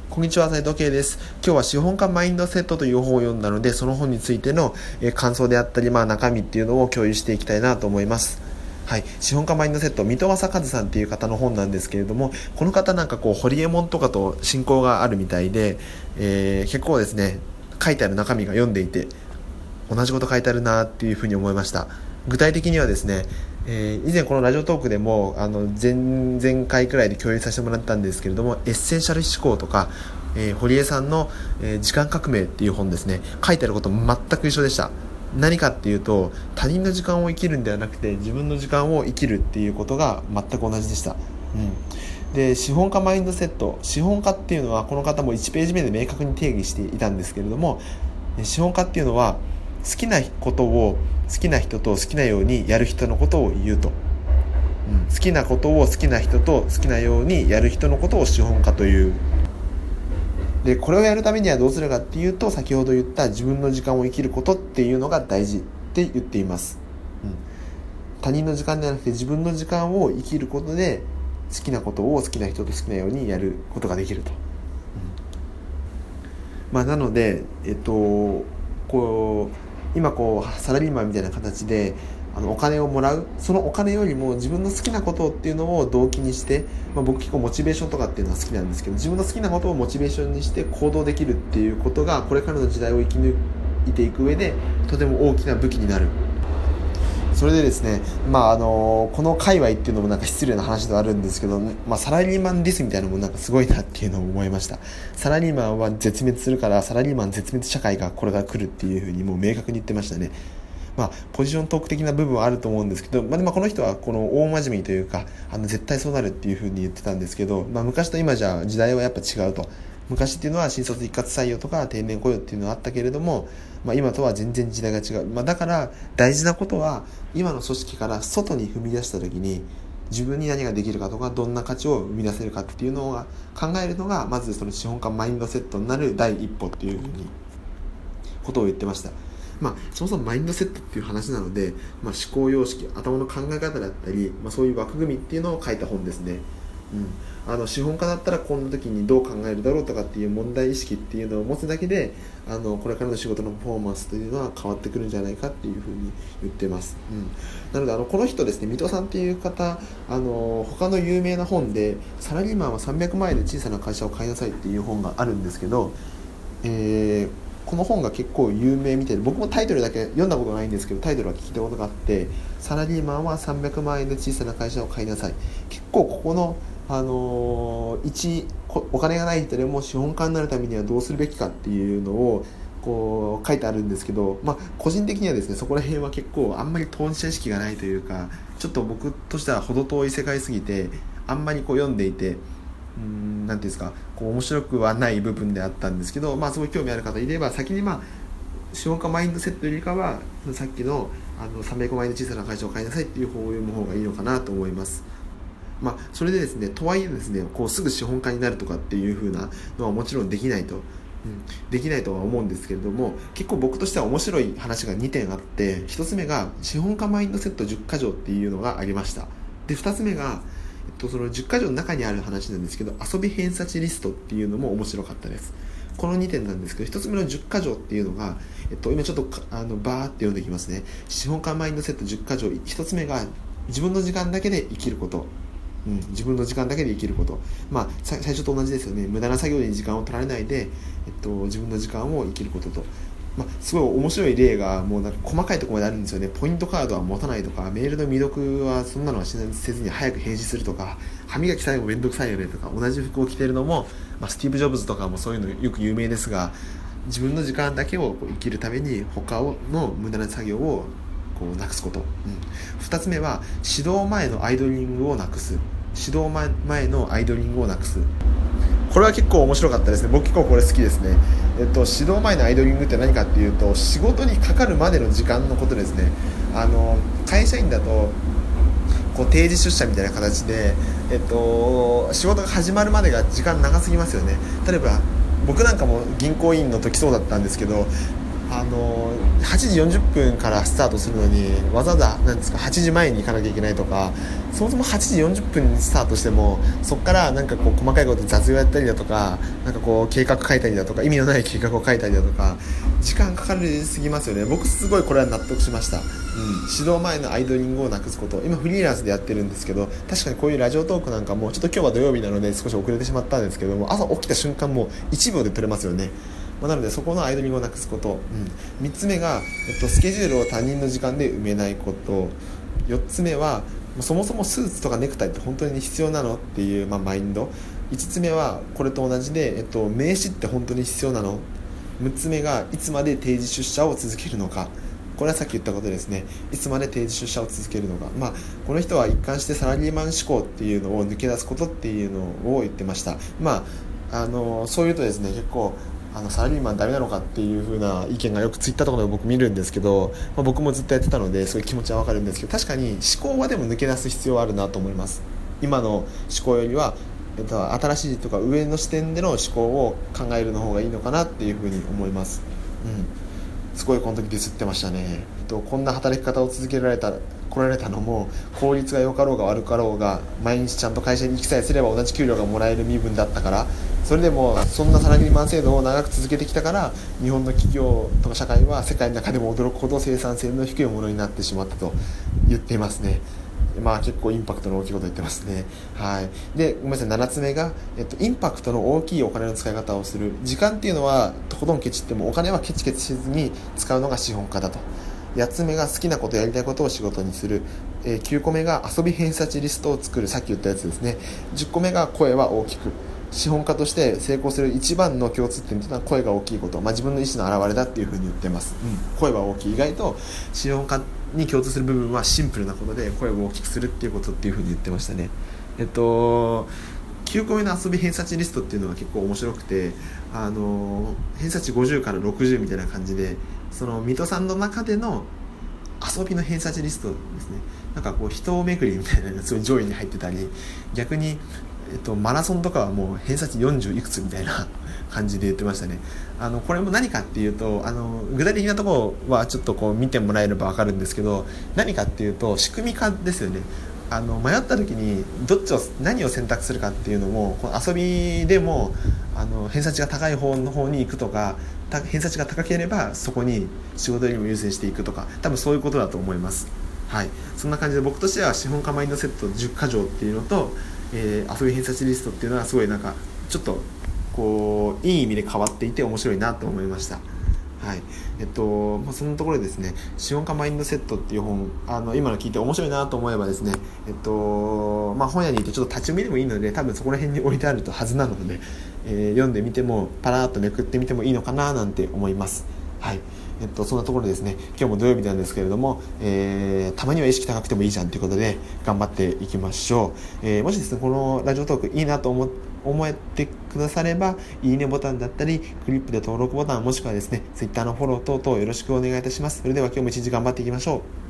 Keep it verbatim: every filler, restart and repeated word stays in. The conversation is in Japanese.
こんにちは、斉藤圭です。今日は資本家マインドセットという本を読んだので、その本についての感想であったり、まあ、中身っていうのを共有していきたいなと思います。はい、資本家マインドセット、水戸正和さんっていう方の本なんですけれども、この方なんかこうホリエモンとかと親交があるみたいで、えー、結構ですね、書いてある中身が読んでいて同じこと書いてあるなっていうふうに思いました。具体的にはですね、えー、以前このラジオトークでもあの 前, 前回くらいで共有させてもらったんですけれども、エッセンシャル思考とか、えー、堀江さんの、えー、時間革命っていう本ですね、書いてあること全く一緒でした。何かっていうと、他人の時間を生きるんではなくて自分の時間を生きるっていうことが全く同じでした。うん、で資本家マインドセット、資本家っていうのはこの方もいちページ目で明確に定義していたんですけれども、資本家っていうのは好きなことを好きな人と好きなようにやる人のことを言うと、うん、好きなことを好きな人と好きなようにやる人のことを資本家という。でこれをやるためにはどうするかっていうと、先ほど言った自分の時間を生きることっていうのが大事って言っています。うん、他人の時間ではなくて自分の時間を生きることで好きなことを好きな人と好きなようにやることができると。うん、まあなのでえっとこう今こうサラリーマンみたいな形であのお金をもらう、そのお金よりも自分の好きなことっていうのを動機にして、まあ、僕結構モチベーションとかっていうのは好きなんですけど、自分の好きなことをモチベーションにして行動できるっていうことがこれからの時代を生き抜いていく上でとても大きな武器になる。それでですね、まああのこの界隈っていうのもなんか失礼な話ではあるんですけど、まあ、サラリーマンディスみたいなのもなんかすごいなっていうのを思いました。サラリーマンは絶滅するから、サラリーマン絶滅社会がこれから来るっていうふうにもう明確に言ってましたね。まあ、ポジショントーク的な部分はあると思うんですけど、まあ、でもこの人はこの大真面目にというか、あの絶対そうなるっていうふうに言ってたんですけど、まあ、昔と今じゃ時代はやっぱ違うと。昔っていうのは新卒一括採用とか定年雇用っていうのはあったけれども、まあ、今とは全然時代が違う。まあ、だから大事なことは今の組織から外に踏み出した時に自分に何ができるかとか、どんな価値を生み出せるかっていうのを考えるのがまずその資本家マインドセットになる第一歩っていうふうにことを言ってました。まあ、そもそもマインドセットっていう話なので、まあ、思考様式、頭の考え方だったり、まあ、そういう枠組みっていうのを書いた本ですね。うん、あの資本家だったらこんな時にどう考えるだろうとかっていう問題意識っていうのを持つだけで、あのこれからの仕事のパフォーマンスというのは変わってくるんじゃないかっていうふうに言ってます。うん、なのであのこの人ですね、水戸さんっていう方、あの他の有名な本でサラリーマンはさんびゃくまん円で小さな会社を買いなさいっていう本があるんですけど、えーこの本が結構有名みたいで、僕もタイトルだけ読んだことないんですけどタイトルは聞いたことがあって、サラリーマンはさんびゃくまん円で小さな会社を買いなさい。結構ここの、あのー、一お金がない人でも資本家になるためにはどうするべきかっていうのをこう書いてあるんですけど、まあ、個人的にはですね、そこら辺は結構あんまり当事者意識がないというか、ちょっと僕としては程遠い世界すぎて、あんまりこう読んでいてうーんなんていうんですか、こう面白くはない部分であったんですけど、まあすごい興味ある方いれば先にまあ資本家マインドセットよりかはさっきのあのさんびゃくまん円で小さな会社を買いなさいっていう方を読む方がいいのかなと思います。まあそれでですね、とはいえですね、こうすぐ資本家になるとかっていう風なのはもちろんできないと、うん、できないとは思うんですけれども、結構僕としては面白い話がにてんあって、ひとつめが資本家マインドセットじゅっか条っていうのがありました。でふたつめがえっと、そのじゅっか条の中にある話なんですけど、遊び偏差値リストっていうのも面白かったです。このにてんなんですけど、ひとつめのじゅっか条っていうのが、えっと、今ちょっとあのバーって読んでいきますね。資本家マインドセットじゅっか条、ひとつめが自分の時間だけで生きること、うん、自分の時間だけで生きること、まあ、最初と同じですよね。無駄な作業に時間を取られないで、えっと、自分の時間を生きることと、まあ、すごい面白い例がもうなんか細かいところまであるんですよね。ポイントカードは持たないとか、メールの未読はそんなのはせずに早く返事するとか、歯磨きさえもめんどくさいよねとか、同じ服を着てるのも、まあ、スティーブ・ジョブズとかもそういうのよく有名ですが、自分の時間だけを生きるために他の無駄な作業をこうなくすこと、うん、ふたつめは指導前のアイドリングをなくす指導前のアイドリングをなくす。これは結構面白かったですね。僕結構これ好きですね。えっと、指導前のアイドリングって何かっていうと、仕事にかかるまでの時間のことですね。あの会社員だとこう定時出社みたいな形で、えっと、仕事が始まるまでが時間長すぎますよね。例えば僕なんかも銀行員の時そうだったんですけど、 あのはちじよんじゅっぷんからスタートするのにわざわざなんですかはちじまえに行かなきゃいけないとか、そもそもはちじよんじゅっぷんにスタートしてもそこからなんかこう細かいこと雑用やったりだとか、なんかこう計画書いたりだとか、意味のない計画を書いたりだとか時間かかりすぎますよね。僕すごいこれは納得しました。うん、指導前のアイドリングをなくすこと、今フリーランスでやってるんですけど、確かにこういうラジオトークなんかもちょっと今日は土曜日なので少し遅れてしまったんですけども、朝起きた瞬間もういちびょうで撮れますよね。まあ、なのでそこのアイドリングをなくすこと、うん、みっつめが、えっと、スケジュールを他人の時間で埋めないこと、よっつめはそもそもスーツとかネクタイって本当に必要なのっていう、まあ、マインド。いつつめはこれと同じで、えっと、名刺って本当に必要なの。むっつめがいつまで定時出社を続けるのか。これはさっき言ったことですね。いつまで定時出社を続けるのか。まあ、この人は一貫してサラリーマン思考っていうのを抜け出すことっていうのを言ってました。まあ、あのそう言うとですね、結構あのサラリーマンダメなのかっていう風な意見がよくツイッターとかで僕見るんですけど、まあ、僕もずっとやってたのでそういう気持ちはわかるんですけど、確かに思考はでも抜け出す必要はあるなと思います。今の思考よりは、えっと、新しいとか上の視点での思考を考えるの方がいいのかなっていう風に思います。うんすごいこの時ディスってましたね。とこんな働き方を続けられた来られたのも効率が良かろうが悪かろうが毎日ちゃんと会社に行きさえすれば同じ給料がもらえる身分だったから、それでもそんなサラリーマン制度を長く続けてきたから日本の企業とか社会は世界の中でも驚くほど生産性の低いものになってしまったと言っていますね。まあ結構インパクトの大きいこと言ってますね。はい。で、ごめんなさい、ななつめが、えっと、インパクトの大きいお金の使い方をする。時間っていうのはとことんケチってもお金はケチケチせずに使うのが資本家だと。やつめが好きなこと、やりたいことを仕事にする。えー、きゅうこめが遊び偏差値リストを作る。さっき言ったやつですね。じゅっこめが声は大きく。資本家として成功する一番の共通点というのは声が大きいこと、まあ、自分の意思の表れだっていうふうに言ってます、うん、声は大きい。意外と資本家に共通する部分はシンプルなことで声を大きくするっていうことっていうふうに言ってましたね。えっときゅうこめの遊び偏差値リストっていうのは結構面白くて、あの偏差値ごじゅうからろくじゅうみたいな感じで、その水戸さんの中での遊びの偏差値リストですね。なんかこう人を巡りみたいなのがすごい上位に入ってたり、逆にえっと、マラソンとかはもう偏差値よんじゅういくつみたいな感じで言ってましたね。あのこれも何かっていうと、あの具体的なところはちょっとこう見てもらえれば分かるんですけど、何かっていうと仕組み化ですよね。あの迷った時にどっちを何を選択するかっていうのも、この遊びでもあの偏差値が高い方の方に行くとか、偏差値が高ければそこに仕事よりも優先していくとか、多分そういうことだと思います。はい、そんな感じで僕としては資本家マインドセットじゅっか条っていうのと、えー、遊び偏差値リストっていうのはすごいなんかちょっとこういい意味で変わっていて面白いなと思いました。はいえっとまあ、そのところでですね、資本家マインドセットっていう本、あの今の聞いて面白いなと思えばですね、えっとまあ、本屋に行ってちょっと立ち読みでもいいので、多分そこら辺に置いてあるはずなので、えー、読んでみてもパラーっとめくってみてもいいのかななんて思います。はいえっと、そんなところでですね、今日も土曜日なんですけれども、えー、たまには意識高くてもいいじゃんということで頑張っていきましょう。えー、もしですねこのラジオトークいいなと思思えてくださればいいねボタンだったりクリップで登録ボタン、もしくはですね Twitter のフォロー等々よろしくお願いいたします。それでは今日も一日頑張っていきましょう。